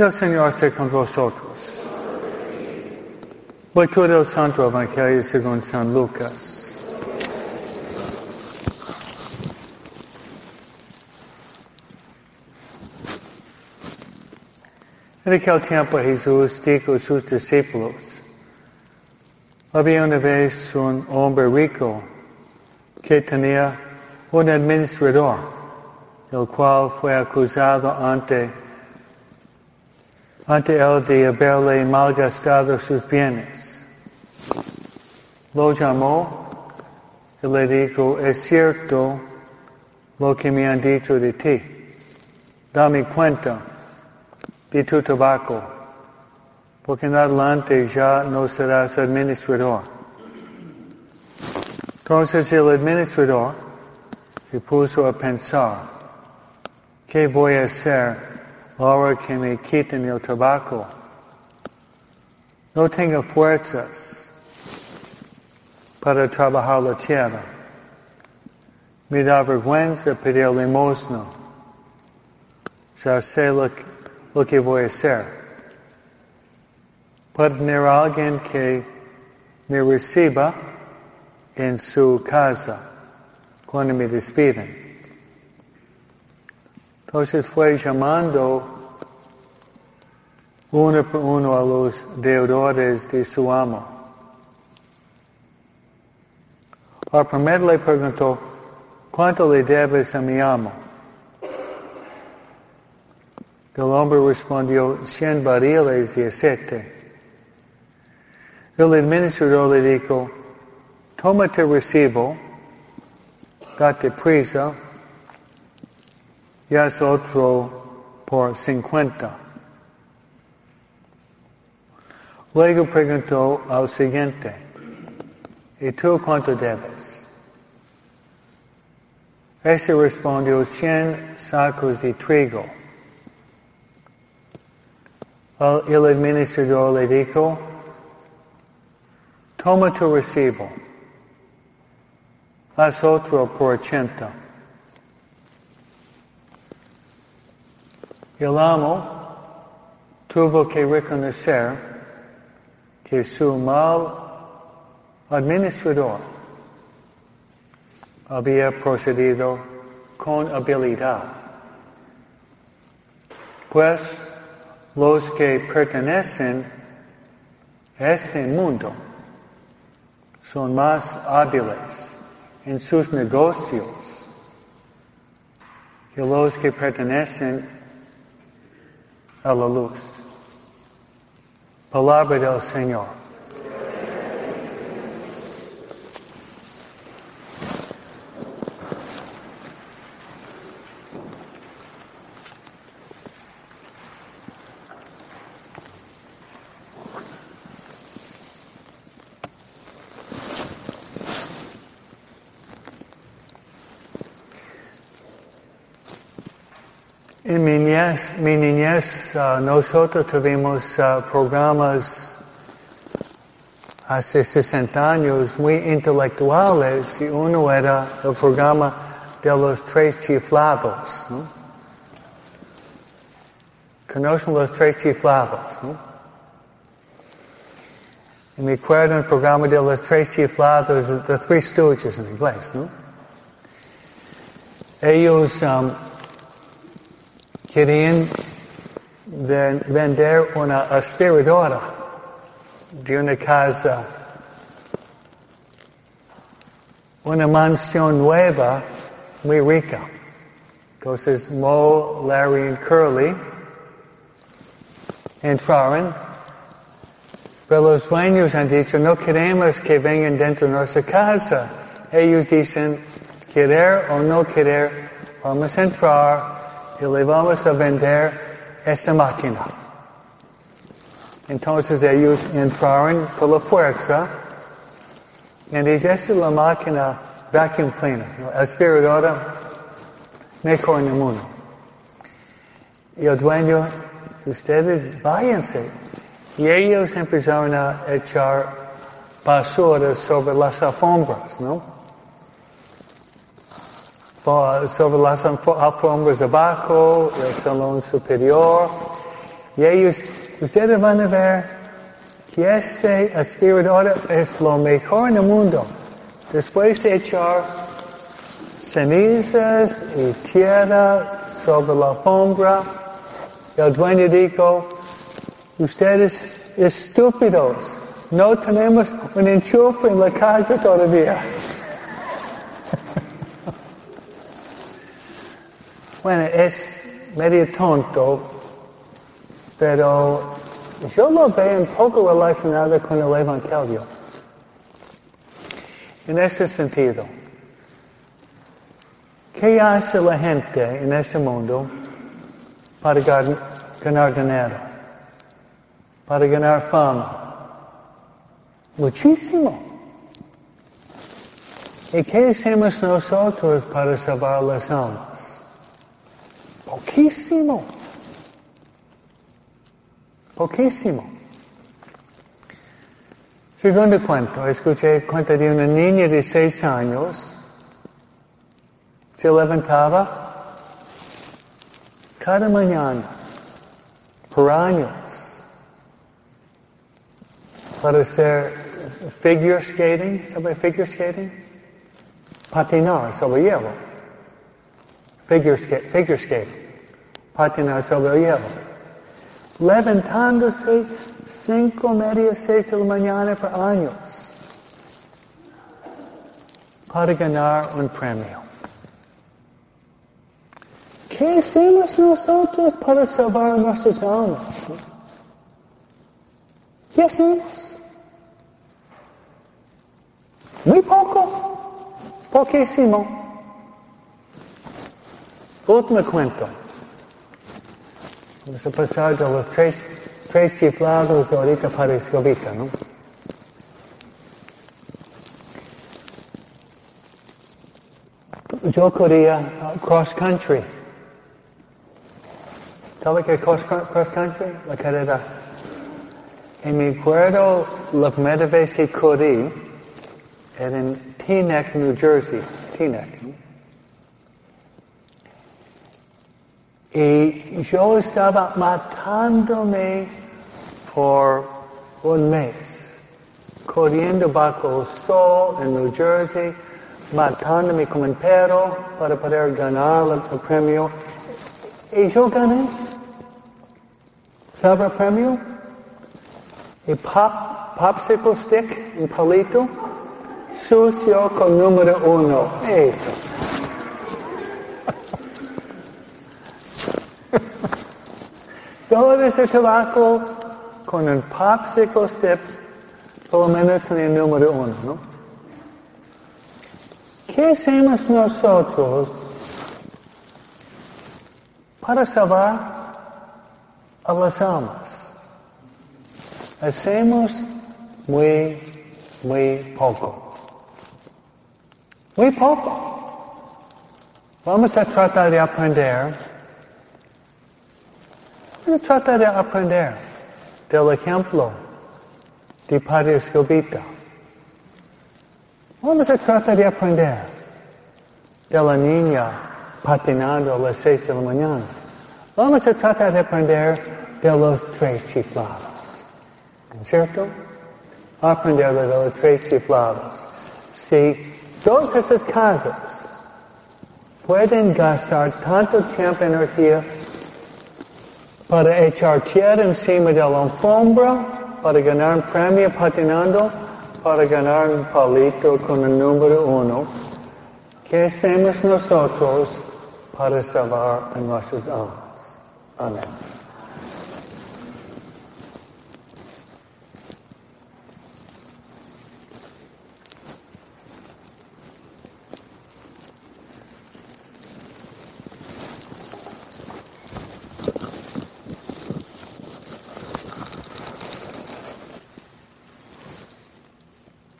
El Señor esté con vosotros. Lectura del Santo Evangelio según San Lucas. En aquel tiempo Jesús dijo a sus discípulos: había una vez un hombre rico que tenía un administrador, el cual fue acusado ante él de haberle malgastado sus bienes. Lo llamó y le dijo: es cierto lo que me han dicho de ti. Dame cuenta de tu tabaco, porque en adelante ya no serás administrador. Entonces el administrador se puso a pensar: ¿qué voy a hacer ahora que me quiten el tabaco? No tengo fuerzas para trabajar la tierra. Me da vergüenza pedir limosna. Ya sé lo que voy a hacer. Para tener a alguien que me reciba en su casa cuando me despiden. Entonces fue llamando uno por uno a los deudores de su amo. Al primero le preguntó: ¿cuánto le debes a mi amo? El hombre respondió: 100 barriles de aceite. El administrador le dijo: tómate recibo, date prisa, y haz otro por 50. Luego preguntó al siguiente: ¿y tú cuánto debes? Ese respondió: 100 sacos de trigo. El administrador le dijo: toma tu recibo, haz otro por 80. El amo tuvo que reconocer que su mal administrador había procedido con habilidad, pues los que pertenecen a este mundo son más hábiles en sus negocios que los que pertenecen a la luz. Palabra del Señor. En mi niñez, nosotros tuvimos programas hace 60 años muy intelectuales, y uno era el programa de los tres chiflados, ¿no? ¿Conocen los tres chiflados, no? Y me acuerdo el programa de los tres chiflados, The Three Stooges en inglés, ¿no? Ellos querían vender una aspiradora de una casa, una mansión nueva, muy rica. Entonces Moe, Larry y Curly entraron, pero los dueños han dicho: no queremos que vengan dentro de nuestra casa. Ellos dicen: querer o no querer, vamos a entrar y le vamos a vender esa máquina. Entonces ellos entraron por la fuerza, y esa es la máquina vacuum cleaner, aspiradora mejor en el mundo. Y el dueño: ustedes váyanse. Y ellos empezaron a echar basura sobre las alfombras, ¿no? Sobre las alfombras abajo, el salón superior, Y ustedes van a ver que este aspirador es lo mejor en el mundo. Después de echar cenizas y tierra sobre la alfombra, el dueño dijo, ustedes estúpidos, no tenemos un enchufe en la casa todavía. Bueno, es medio tonto, pero yo lo veo un poco relacionado con el Evangelio. En ese sentido, ¿qué hace la gente en ese mundo para ganar dinero? Para ganar fama? Muchísimo. ¿Y qué hacemos nosotros para salvar las almas? Poquísimo. Poquísimo. Segundo cuento, escuché el cuento de una niña de 6 años. Se levantaba cada mañana por años para hacer figure skating. ¿Sabe figure skating? Patinar sobre hielo. Figure skating. Patinar sobre el hielo. Levantándose 5:30, 6 de la mañana por años para ganar un premio. ¿Qué hacemos nosotros para salvar nuestras almas? ¿Qué hacemos? Muy poco. Poquísimo. Último cuento. Vamos a pasar de los tres chiflados ahorita para Escobita, ¿no? Yo corría cross country. ¿Sabe qué es cross country? La carrera. Y me acuerdo la primera vez que corrí era en Teaneck, New Jersey. Teaneck, ¿no? Y yo estaba matándome por un mes, corriendo bajo el sol en New Jersey, matándome como un perro para poder ganar el premio. Y yo gané. ¿Sabe el premio? Y popsicle stick, un palito, sucio con número 1. Eso. Todo ese tabaco con un popsicle stick, por lo menos en el número 1, ¿no? ¿Qué hacemos nosotros para salvar a las almas? Hacemos muy poco. Muy poco. Vamos a tratar de aprender del ejemplo de Padre Escobita. Vamos a tratar de aprender de la niña patinando a las 6 de la mañana. Vamos a tratar de aprender de los 3 chiflados. ¿Cierto? Aprender de los 3 chiflados. Si todos esos casos pueden gastar tanto tiempo y energía para echar tierra encima de la alfombra, para ganar un premio patinando, para ganar un palito con el número 1. ¿Qué hacemos nosotros para salvar a nuestras almas? Amén.